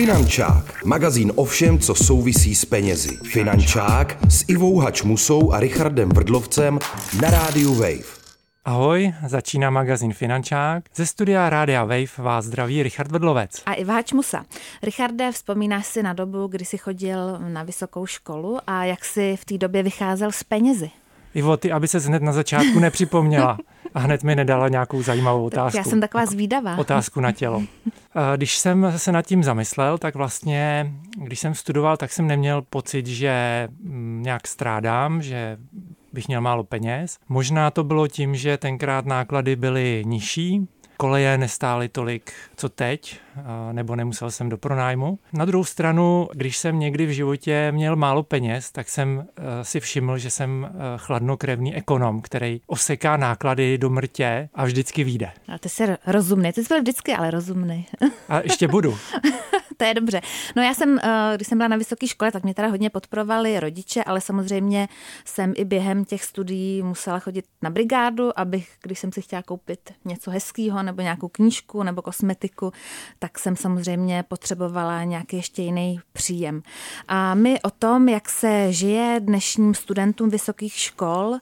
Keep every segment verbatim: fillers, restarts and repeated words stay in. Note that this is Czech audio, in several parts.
Finančák, magazín o všem, co souvisí s penězi. Finančák s Ivou Hačmusou a Richardem Vrdlovcem na rádiu Wave. Ahoj, začíná magazín Finančák. Ze studia Rádia Wave vás zdraví Richard Vrdlovec. A Iva Hačmusa. Richarde, vzpomínáš si na dobu, kdy jsi chodil na vysokou školu a jak jsi v té době vycházel s penězi? Ivo, ty, aby ses hned na začátku nepřipomněla a hned mi nedala nějakou zajímavou otázku. Já jsem taková zvídavá. Otázku na tělo. Když jsem se nad tím zamyslel, tak vlastně, když jsem studoval, tak jsem neměl pocit, že nějak strádám, že bych měl málo peněz. Možná to bylo tím, že tenkrát náklady byly nižší, koleje nestály tolik, co teď, nebo nemusel jsem do pronájmu. Na druhou stranu, když jsem někdy v životě měl málo peněz, tak jsem si všiml, že jsem chladnokrevný ekonom, který oseká náklady do mrtě a vždycky vyjde. A ty jsi rozumný, ty jsi byl vždycky ale rozumný. A ještě budu. To je dobře. No já jsem, když jsem byla na vysoké škole, tak mě teda hodně podporovali rodiče, ale samozřejmě jsem i během těch studií musela chodit na brigádu, abych, když jsem si chtěla koupit něco hezkýho, nebo nějakou knížku, nebo kosmetiku, tak jsem samozřejmě potřebovala nějaký ještě jiný příjem. A my o tom, jak se žije dnešním studentům vysokých škol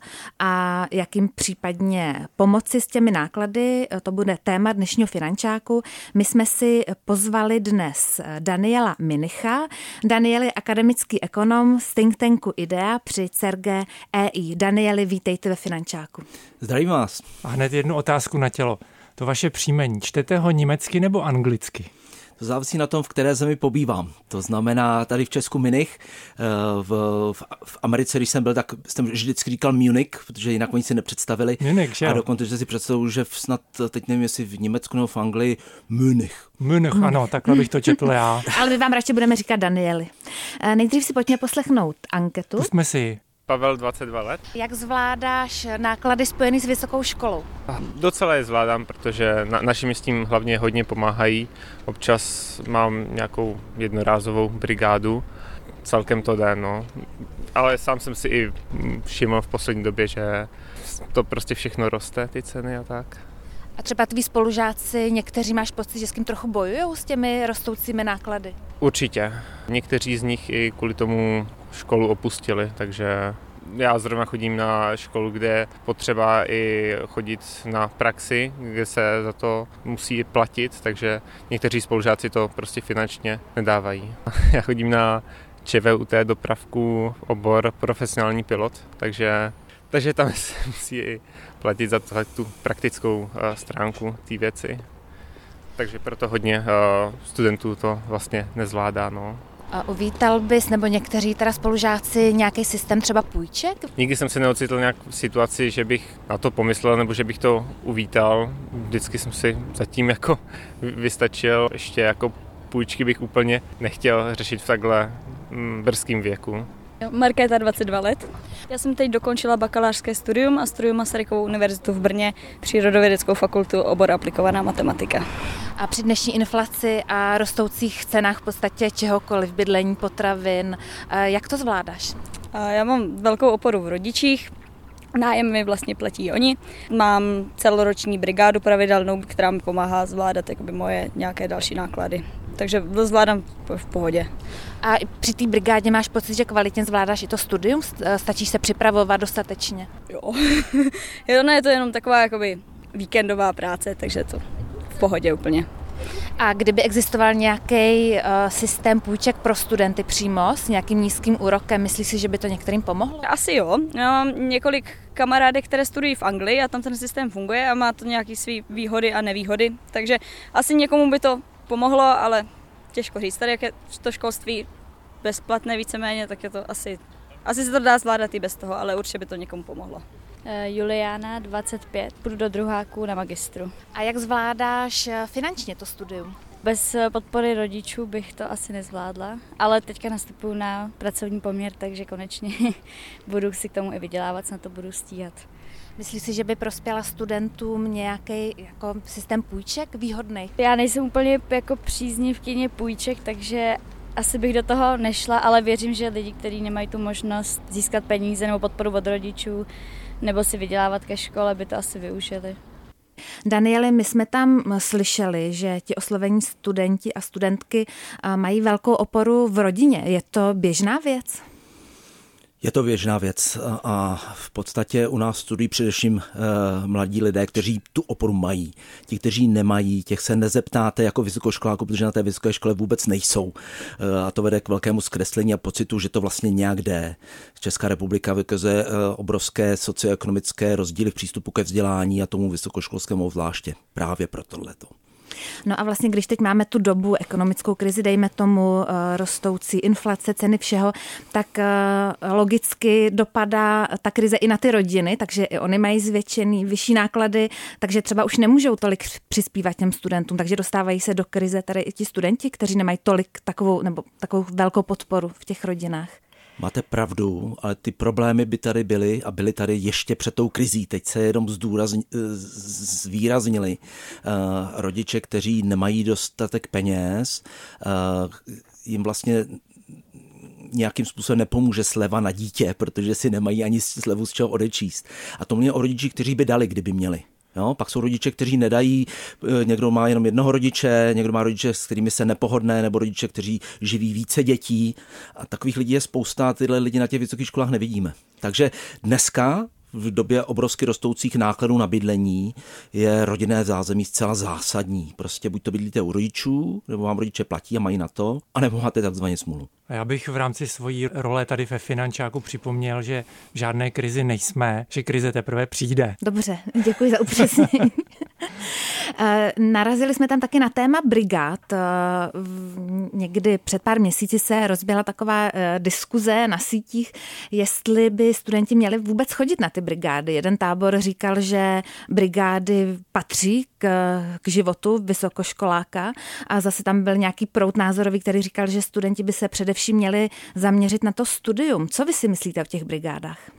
a jak jim případně pomoci s těmi náklady, to bude téma dnešního Finančáku. My jsme si pozvali dnes Daniela Minicha. Daniel je akademický ekonom z think tanku IDEA při C E R G E I. Danieli, vítejte ve Finančáku. Zdravím vás. A hned jednu otázku na tělo. To vaše příjmení, čtete ho německy nebo anglicky? To závisí na tom, v které zemi pobývám. To znamená, tady v Česku Munich, v, v, v Americe, když jsem byl, tak jsem vždycky říkal Munich, protože jinak oni si nepředstavili. Munich, že jo? A dokonce že si představuji, že snad, teď nevím, jestli v Německu nebo v Anglii, Munich. Munich, ano, takhle bych to četl já. Ale my vám radši budeme říkat Danieli. Nejdřív si pojďme poslechnout anketu. Pustme si. Pavel, dvacet dva let. Jak zvládáš náklady spojené s vysokou školou? Docela je zvládám, protože na, naši mi s tím hlavně hodně pomáhají. Občas mám nějakou jednorázovou brigádu, celkem to jde, no. Ale sám jsem si i všiml v poslední době, že to prostě všechno roste, ty ceny a tak. A třeba tví spolužáci, někteří máš pocit, že s tím trochu bojujou s těmi rostoucími náklady? Určitě. Někteří z nich i kvůli tomu školu opustili, takže já zrovna chodím na školu, kde je potřeba i chodit na praxi, kde se za to musí platit, takže někteří spolužáci to prostě finančně nedávají. Já chodím na ČVUT dopravku obor profesionální pilot, takže, takže tam se musí i platit za, to, za tu praktickou stránku té věci. Takže proto hodně studentů to vlastně nezvládá. No. A uvítal bys, nebo někteří teda spolužáci, nějaký systém třeba půjček? Nikdy jsem se neocitl v nějaké situaci, že bych na to pomyslel, nebo že bych to uvítal. Vždycky jsem si zatím jako vystačil. Ještě jako půjčky bych úplně nechtěl řešit v takhle brzkém věku. Markéta, dvacet dva let. Já jsem teď dokončila bakalářské studium a studuju Masarykovu univerzitu v Brně, přírodovědeckou fakultu, obor aplikovaná matematika. A při dnešní inflaci a rostoucích cenách v podstatě čehokoliv, bydlení, potravin, jak to zvládáš? Já mám velkou oporu v rodičích. Nájem mi vlastně platí oni. Mám celoroční brigádu pravidelnou, která mi pomáhá zvládat jakoby moje nějaké další náklady. Takže to zvládám v pohodě. A při té brigádě máš pocit, že kvalitně zvládáš i to studium? Stačíš se připravovat dostatečně? Jo. jo, no je to jenom taková jakoby víkendová práce, takže to v pohodě úplně. A kdyby existoval nějaký uh, systém půjček pro studenty přímo s nějakým nízkým úrokem, myslíš si, že by to některým pomohlo? Asi jo. Já mám několik kamarádek, které studují v Anglii a tam ten systém funguje a má to nějaké své výhody a nevýhody, takže asi někomu by to pomohlo, ale těžko říct. Tady jak je to školství bezplatné víceméně, tak je to asi, asi se to dá zvládat i bez toho, ale určitě by to někomu pomohlo. Juliana, dvacet pět, půjdu do druháku na magistru. A jak zvládáš finančně to studium? Bez podpory rodičů bych to asi nezvládla, ale teďka nastupuju na pracovní poměr, takže konečně budu si k tomu i vydělávat, snad to budu stíhat. Myslíš si, že by prospěla studentům nějaký jako systém půjček výhodný? Já nejsem úplně jako příznivkyně půjček, takže asi bych do toho nešla, ale věřím, že lidi, kteří nemají tu možnost získat peníze nebo podporu od rodičů nebo si vydělávat ke škole, by to asi využili. Danieli, my jsme tam slyšeli, že ti oslovení studenti a studentky mají velkou oporu v rodině. Je to běžná věc? Je to běžná věc a v podstatě u nás studují především mladí lidé, kteří tu oporu mají. Ti, kteří nemají, těch se nezeptáte jako vysokoškoláků, protože na té vysoké škole vůbec nejsou. A to vede k velkému zkreslení a pocitu, že to vlastně nějak jde. Česká republika vykazuje obrovské socioekonomické rozdíly v přístupu ke vzdělání a tomu vysokoškolskému zvláště právě pro tohleto. No a vlastně, když teď máme tu dobu, ekonomickou krizi, dejme tomu rostoucí inflace, ceny všeho, tak logicky dopadá ta krize i na ty rodiny, takže i oni mají zvětšený, vyšší náklady, takže třeba už nemůžou tolik přispívat těm studentům, takže dostávají se do krize tady i ti studenti, kteří nemají tolik takovou nebo takovou velkou podporu v těch rodinách. Máte pravdu, ale ty problémy by tady byly a byly tady ještě před tou krizí. Teď se jenom zdůrazni, zvýraznili. Uh, rodiče, kteří nemají dostatek peněz, uh, jim vlastně nějakým způsobem nepomůže sleva na dítě, protože si nemají ani slevu z čeho odečíst. A to mluví o rodičích, kteří by dali, kdyby měli. Jo, pak jsou rodiče, kteří nedají, někdo má jenom jednoho rodiče, někdo má rodiče, s kterými se nepohodne, nebo rodiče, kteří živí více dětí. A takových lidí je spousta, tyhle lidi na těch vysokých školách nevidíme. Takže dneska v době obrovsky rostoucích nákladů na bydlení je rodinné zázemí zcela zásadní. Prostě buď to bydlíte u rodičů, nebo vám rodiče platí a mají na to, anebo máte takzvaně smůlu. A já bych v rámci svojí role tady ve Finančáku připomněl, že v žádné krizi nejsme, že krize teprve přijde. Dobře, děkuji za upřesnění. Narazili jsme tam taky na téma brigád. Někdy před pár měsíci se rozběhla taková diskuze na sítích, jestli by studenti měli vůbec chodit na ty brigády. Jeden tábor říkal, že brigády patří k, k životu vysokoškoláka a zase tam byl nějaký proud názorový, který říkal, že studenti by se především měli zaměřit na to studium. Co vy si myslíte o těch brigádách?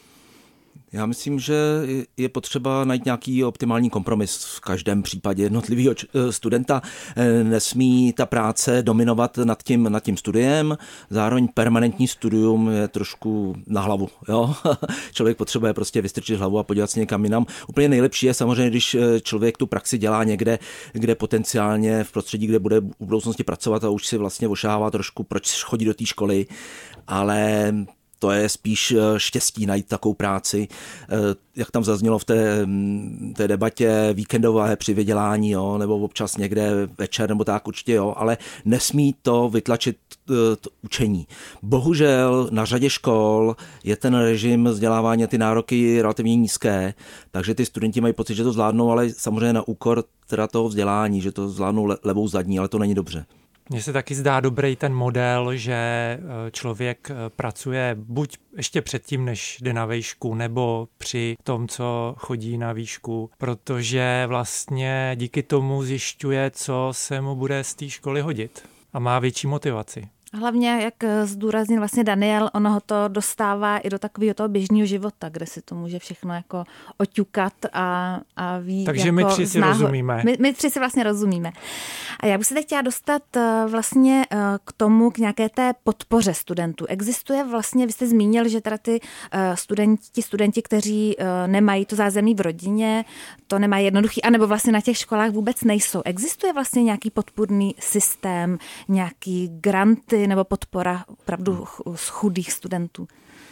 Já myslím, že je potřeba najít nějaký optimální kompromis v každém případě jednotlivého studenta. Nesmí ta práce dominovat nad tím, nad tím studiem, zároveň permanentní studium je trošku na hlavu. Jo? Člověk potřebuje prostě vystrčit hlavu a podívat se někam jinam. Úplně nejlepší je samozřejmě, když člověk tu praxi dělá někde, kde potenciálně v prostředí, kde bude v budoucnosti pracovat a už si vlastně ošává trošku, proč chodí do té školy, ale to je spíš štěstí najít takovou práci, jak tam zaznělo v té, té debatě víkendové při vydělání, jo, nebo občas někde večer, nebo tak určitě, jo, ale nesmí to vytlačit to učení. Bohužel na řadě škol je ten režim vzdělávání a ty nároky relativně nízké, takže ty studenti mají pocit, že to zvládnou, ale samozřejmě na úkor teda toho vzdělání, že to zvládnou levou zadní, ale to není dobře. Mně se taky zdá dobrý ten model, že člověk pracuje buď ještě předtím, než jde na výšku, nebo při tom, co chodí na výšku, protože vlastně díky tomu zjišťuje, co se mu bude z té školy hodit a má větší motivaci. Hlavně, jak zdůraznil vlastně Daniel, ono ho to dostává i do takového toho běžného života, kde si to může všechno jako oťukat a, a ví. Takže jako my tři si znáho... rozumíme. My, my tři si vlastně rozumíme. A já bych se teď chtěla dostat vlastně k tomu, k nějaké té podpoře studentů. Existuje vlastně, vy jste zmínil, že teda ty studenti, studenti, kteří nemají to zázemí v rodině, to nemají jednoduchý, anebo vlastně na těch školách vůbec nejsou. Existuje vlastně nějaký podpůrný systém, nějaký granty nebo podpora opravdu z chudých studentů?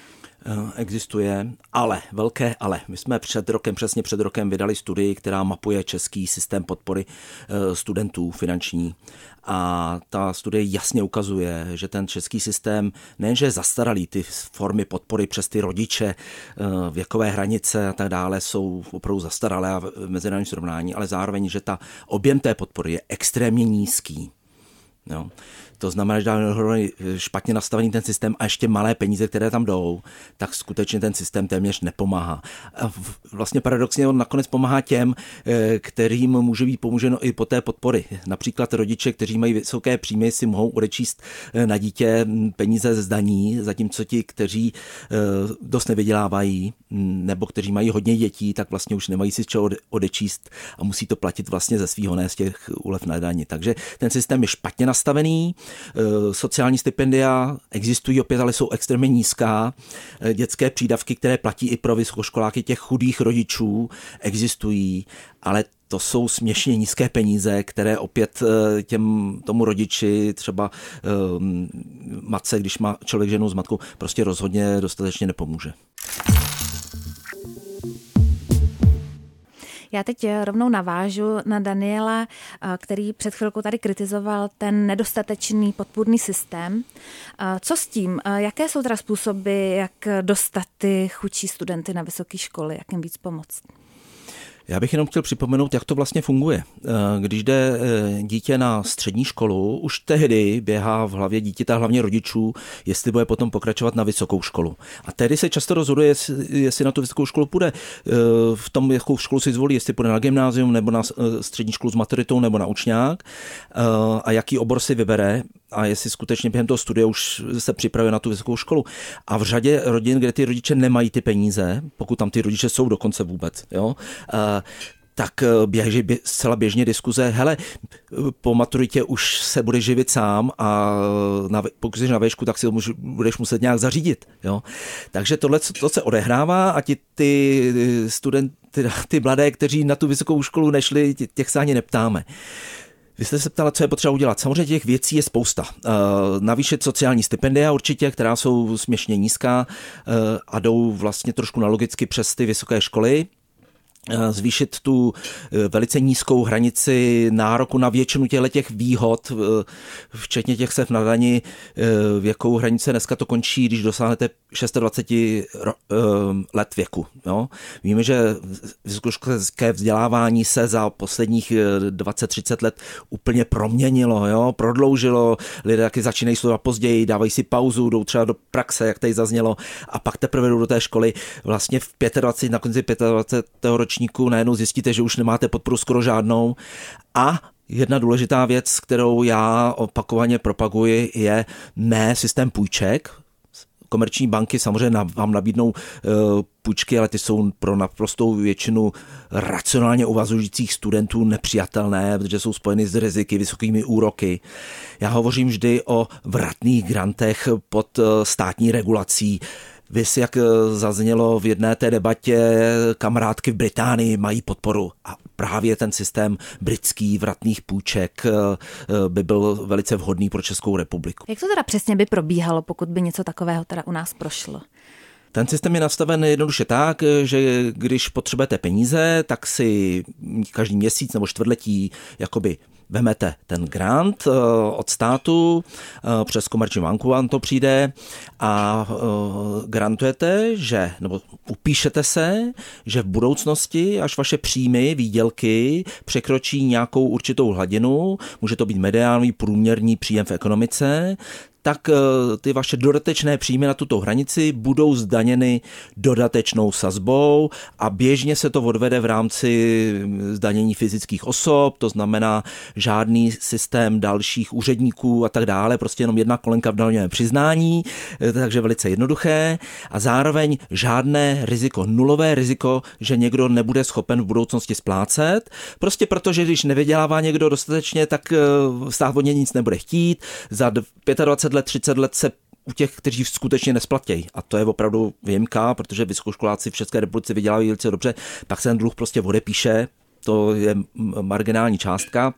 Existuje, ale, velké ale. My jsme před rokem, přesně před rokem vydali studii, která mapuje český systém podpory studentů finanční. A ta studie jasně ukazuje, že ten český systém nejenže je zastaralý, ty formy podpory přes ty rodiče, věkové hranice a tak dále jsou opravdu zastaralé a v mezinárodním srovnání, ale zároveň, že ta objem té podpory je extrémně nízký. Jo. To znamená, že dáme špatně nastavený ten systém a ještě malé peníze, které tam jdou, tak skutečně ten systém téměř nepomáhá. A vlastně paradoxně on nakonec pomáhá těm, kterým může být pomoženo i po té podpory. Například rodiče, kteří mají vysoké příjmy, si mohou odečíst na dítě peníze z daní, zatímco ti, kteří dost nevydělávají, nebo kteří mají hodně dětí, tak vlastně už nemají si z čeho odečíst a musí to platit vlastně ze svýho, ne z těch úlev na daní. Takže ten systém je špatně nastavený. Sociální stipendia existují opět, ale jsou extrémně nízká. Dětské přídavky, které platí i pro vysokoškoláky těch chudých rodičů, existují, ale to jsou směšně nízké peníze, které opět těm, tomu rodiči, třeba um, matce, když má člověk ženu s matkou, prostě rozhodně dostatečně nepomůže. Já teď rovnou navážu na Daniela, který před chvilkou tady kritizoval ten nedostatečný podpůrný systém. Co s tím? Jaké jsou teda způsoby, jak dostat ty chudší studenty na vysoké školy, jak jim víc pomoct? Já bych jenom chtěl připomenout, jak to vlastně funguje. Když jde dítě na střední školu, už tehdy běhá v hlavě dítěte, hlavně rodičů, jestli bude potom pokračovat na vysokou školu. A tehdy se často rozhoduje, jestli na tu vysokou školu půjde. V tom, jakou školu si zvolí, jestli půjde na gymnázium, nebo na střední školu s maturitou, nebo na učňák, a jaký obor si vybere, a jestli skutečně během toho studia už se připravuje na tu vysokou školu. A v řadě rodin, kde ty rodiče nemají ty peníze, pokud tam ty rodiče jsou dokonce vůbec, jo, tak běží zcela běžně diskuze, hele, po maturitě už se budeš živit sám a na, pokud jsi na véšku, tak si to budeš muset nějak zařídit. Jo? Takže tohle to se odehrává a ti ty studenty, ty, ty mladé, kteří na tu vysokou školu nešli, těch se ani neptáme. Vy jste se ptala, co je potřeba udělat. Samozřejmě těch věcí je spousta. Navýšit sociální stipendia určitě, která jsou směšně nízká a jdou vlastně trošku analogicky přes ty vysoké školy. Zvýšit tu velice nízkou hranici nároku na většinu těch výhod, včetně těch slev na dani, v jakou hranice dneska to končí, když dosáhnete dvacet šest let věku. Jo? Víme, že vysokoškolské vzdělávání se za posledních dvacet třicet let úplně proměnilo, jo? Prodloužilo, lidé taky začínají studovat později, dávají si pauzu, jdou třeba do praxe, jak tady zaznělo, a pak teprve jdou do té školy. Vlastně v dvacet pět, na konci dvacátého ročníku najednou zjistíte, že už nemáte podporu skoro žádnou. A jedna důležitá věc, kterou já opakovaně propaguji, je ne systém půjček. Komerční banky samozřejmě vám nabídnou půjčky, ale ty jsou pro naprostou většinu racionálně uvažujících studentů nepřijatelné, protože jsou spojeny s riziky, vysokými úroky. Já hovořím vždy o vratných grantech pod státní regulací. Vys, jak zaznělo v jedné té debatě, kamarádky v Británii mají podporu a právě ten systém britský vratných půjček by byl velice vhodný pro Českou republiku. Jak to teda přesně by probíhalo, pokud by něco takového teda u nás prošlo? Ten systém je nastaven jednoduše tak, že když potřebujete peníze, tak si každý měsíc nebo čtvrtletí jakoby vemete ten grant od státu, přes komerční banku vám to přijde a garantujete, že, nebo upíšete se, že v budoucnosti, až vaše příjmy, výdělky překročí nějakou určitou hladinu, může to být mediální, průměrný příjem v ekonomice, tak ty vaše dodatečné příjmy na tuto hranici budou zdaněny dodatečnou sazbou a běžně se to odvede v rámci zdanění fyzických osob, to znamená žádný systém dalších úředníků a tak dále, prostě jenom jedna kolenka v daňovém přiznání, takže velice jednoduché a zároveň žádné riziko, nulové riziko, že někdo nebude schopen v budoucnosti splácet, prostě protože když nevydělává někdo dostatečně, tak stát od něj nic nebude chtít, za dvacet pět let, třicet let se u těch, kteří skutečně nesplatí. A to je opravdu výjimka, protože vysokoškoláci v České republice vydělávají velice dobře, pak se ten dluh prostě odepíše, to je marginální částka.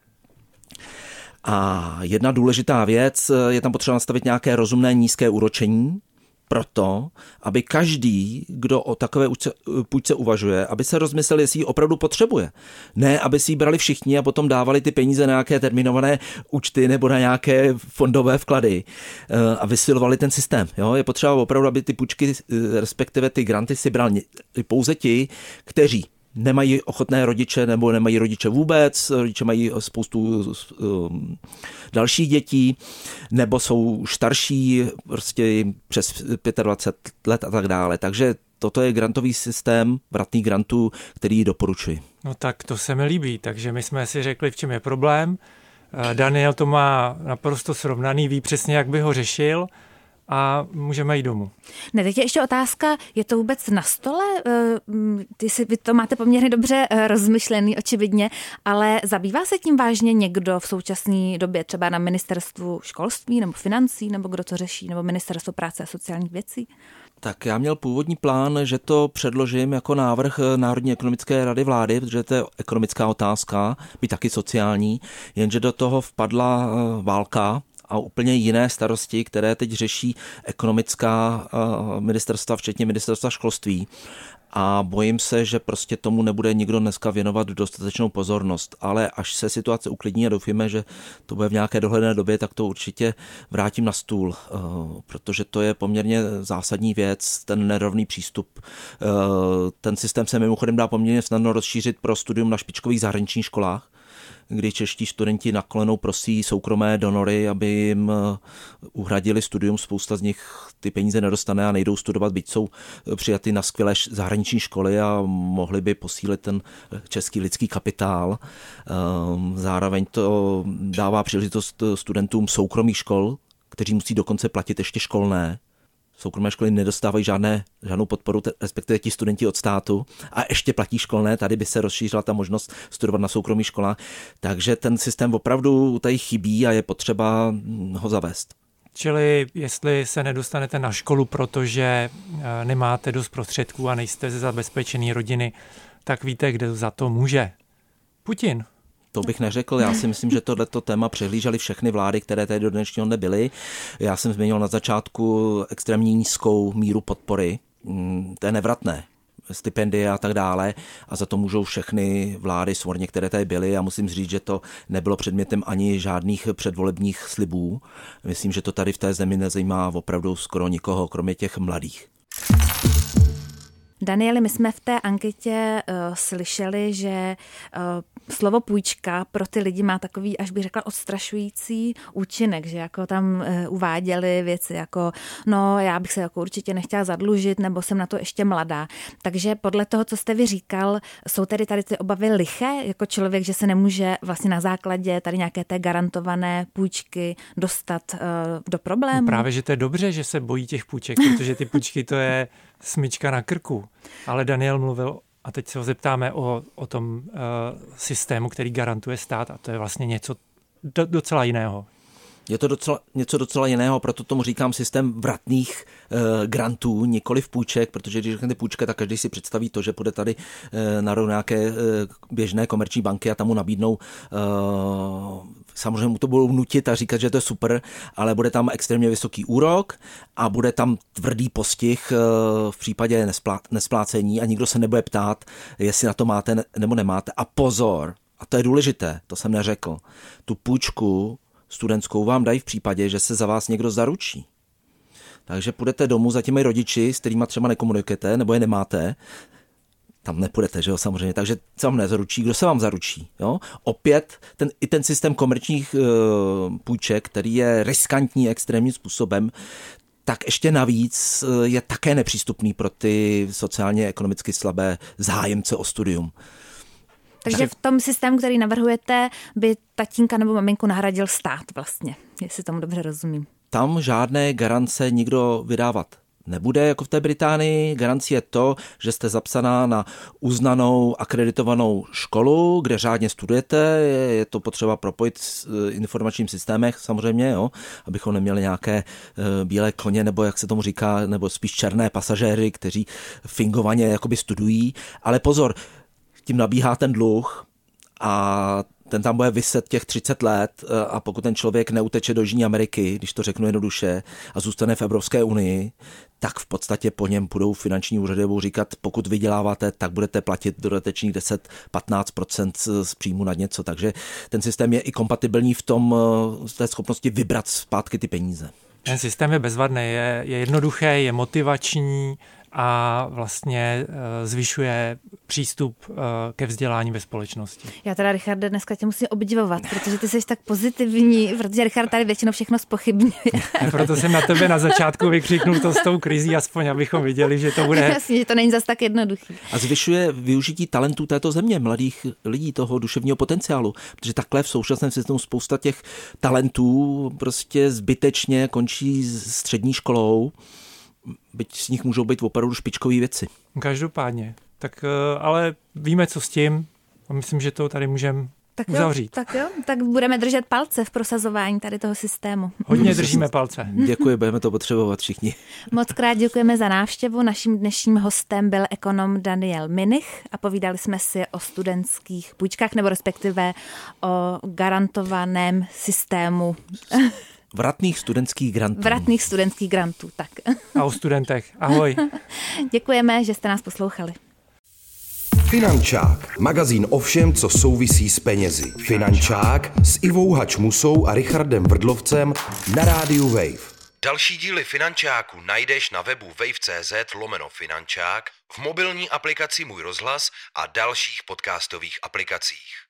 A jedna důležitá věc, je tam potřeba nastavit nějaké rozumné nízké úročení, proto, aby každý, kdo o takové půjčce uvažuje, aby se rozmyslel, jestli ji opravdu potřebuje. Ne, aby si ji brali všichni a potom dávali ty peníze na nějaké terminované účty nebo na nějaké fondové vklady a vysilovali ten systém. Jo? Je potřeba opravdu, aby ty půjčky, respektive ty granty si brali pouze ti, kteří nemají ochotné rodiče nebo nemají rodiče vůbec, rodiče mají spoustu um, dalších dětí, nebo jsou už starší, prostě přes dvacet pět let a tak dále. Takže toto je grantový systém vratných grantů, který doporučuji. No tak to se mi líbí, takže my jsme si řekli, v čem je problém. Daniel to má naprosto srovnaný, ví přesně, jak by ho řešil. a můžeme jít domů. Ne, teď je ještě otázka, je to vůbec na stole? Ty si, vy to máte poměrně dobře rozmyšlený, očividně, ale zabývá se tím vážně někdo v současné době, třeba na ministerstvu školství nebo financí, nebo kdo to řeší, nebo ministerstvo práce a sociálních věcí? Tak já měl původní plán, že to předložím jako návrh Národní ekonomické rady vlády, protože to je ekonomická otázka, by taky sociální, jenže do toho vpadla válka a úplně jiné starosti, které teď řeší ekonomická ministerstva, včetně ministerstva školství. A bojím se, že prostě tomu nebude nikdo dneska věnovat dostatečnou pozornost. Ale až se situace uklidní a doufíme, že to bude v nějaké dohledné době, tak to určitě vrátím na stůl, protože to je poměrně zásadní věc, ten nerovný přístup. Ten systém se mimochodem dá poměrně snadno rozšířit pro studium na špičkových zahraničních školách, kdy čeští studenti na kolenou prosí soukromé donory, aby jim uhradili studium. Spousta z nich ty peníze nedostane a nejdou studovat, byť jsou přijaty na skvělé zahraniční školy a mohli by posílit ten český lidský kapitál. Zároveň to dává příležitost studentům soukromých škol, kteří musí dokonce platit ještě školné. Soukromé školy nedostávají žádné, žádnou podporu, respektive ti studenti od státu a ještě platí školné, tady by se rozšířila ta možnost studovat na soukromých školách, takže ten systém opravdu tady chybí a je potřeba ho zavést. Čili jestli se nedostanete na školu, protože nemáte dost prostředků a nejste ze zabezpečené rodiny, tak víte, kde za to může. Putin. To bych neřekl, já si myslím, že tohleto téma přehlížely všechny vlády, které tady do dnešního dne byly. Já jsem zmínil na začátku extrémně nízkou míru podpory, to je nevratné, stipendia a tak dále a za to můžou všechny vlády svorně, které tady byly a musím říct, že to nebylo předmětem ani žádných předvolebních slibů. Myslím, že to tady v té zemi nezajímá opravdu skoro nikoho, kromě těch mladých. Danieli, my jsme v té anketě uh, slyšeli, že uh, slovo půjčka pro ty lidi má takový, až bych řekla, odstrašující účinek, že jako tam uh, uváděli věci jako, no já bych se jako určitě nechtěla zadlužit, nebo jsem na to ještě mladá. Takže podle toho, co jste vy říkal, jsou tedy tady ty obavy liché, jako člověk, že se nemůže vlastně na základě tady nějaké té garantované půjčky dostat uh, do problému? No právě, že to je dobře, že se bojí těch půjček, protože ty půjčky to je smyčka na krku. Ale Daniel mluvil, a teď se ho zeptáme o, o tom uh, systému, který garantuje stát, a to je vlastně něco do, docela jiného. Je to docela, něco docela jiného, proto tomu říkám systém vratných e, grantů, nikoliv půjček, protože když řeknete půjčka, tak každý si představí to, že půjde tady e, na nějaké e, běžné komerční banky a tam mu nabídnou, e, samozřejmě mu to budou nutit a říkat, že to je super, ale bude tam extrémně vysoký úrok a bude tam tvrdý postih e, v případě nesplá, nesplácení a nikdo se nebude ptát, jestli na to máte nebo nemáte. A pozor, a to je důležité, to jsem neřekl, tu půjčku studentskou vám dají v případě, že se za vás někdo zaručí. Takže půjdete domů za těmi rodiči, s kterými třeba nekomunikujete, nebo je nemáte, tam nepůjdete, že jo, samozřejmě, takže se vám nezaručí, kdo se vám zaručí, jo? Opět ten, i ten systém komerčních e, půjček, který je riskantní extrémním způsobem, tak ještě navíc je také nepřístupný pro ty sociálně ekonomicky slabé zájemce o studium. Takže v tom systému, který navrhujete, by tatínka nebo maminku nahradil stát vlastně, jestli tomu dobře rozumím. Tam žádné garance nikdo vydávat nebude, jako v té Británii. Garancí je to, že jste zapsaná na uznanou, akreditovanou školu, kde řádně studujete. Je to potřeba propojit s informačním systémem, samozřejmě, jo, abychom neměli nějaké bílé koně, nebo jak se tomu říká, nebo spíš černé pasažéry, kteří fingovaně jakoby studují. Ale pozor, tím nabíhá ten dluh a ten tam bude viset těch třicet let a pokud ten člověk neuteče do Jižní Ameriky, když to řeknu jednoduše, a zůstane v Evropské unii, tak v podstatě po něm budou finanční úřady budou říkat, pokud vyděláváte, tak budete platit dodatečných deset až patnáct procent z příjmu na něco. Takže ten systém je i kompatibilní v tom, v té schopnosti vybrat zpátky ty peníze. Ten systém je bezvadný, je, je jednoduchý, je motivační a vlastně zvyšuje přístup ke vzdělání ve společnosti. Já teda, Richarde, dneska tě musím obdivovat, protože ty jsi tak pozitivní, protože Richard tady většinou všechno zpochybňuje. A proto jsem na tebe na začátku vykřiknul to s tou krizí, aspoň abychom viděli, že to bude... Jasně, že to není zas tak jednoduchý. A zvyšuje využití talentů této země, mladých lidí, toho duševního potenciálu, protože takhle v současném systému spousta těch talentů prostě zbytečně končí střední školou, byť z nich můžou být opravdu špičkové věci. Každopádně. Tak ale víme, co s tím a myslím, že to tady můžeme tak uzavřít. Jo, tak jo, tak budeme držet palce v prosazování tady toho systému. Hodně držíme palce. Děkuji, budeme to potřebovat všichni. Moc krát děkujeme za návštěvu. Naším dnešním hostem byl ekonom Daniel Minich a povídali jsme si o studentských půjčkách, nebo respektive o garantovaném systému vratných studentských grantů. Vratných studentských grantů, tak. A o studentech. Ahoj. Děkujeme, že jste nás poslouchali. Finančák, magazín o všem, co souvisí s penězi. Finančák s Ivou Hačmusou a Richardem Vrdlovcem na rádiu Wave. Další díly Finančáku najdeš na webu wave.cz lomeno finančák, v mobilní aplikaci Můj rozhlas a dalších podcastových aplikacích.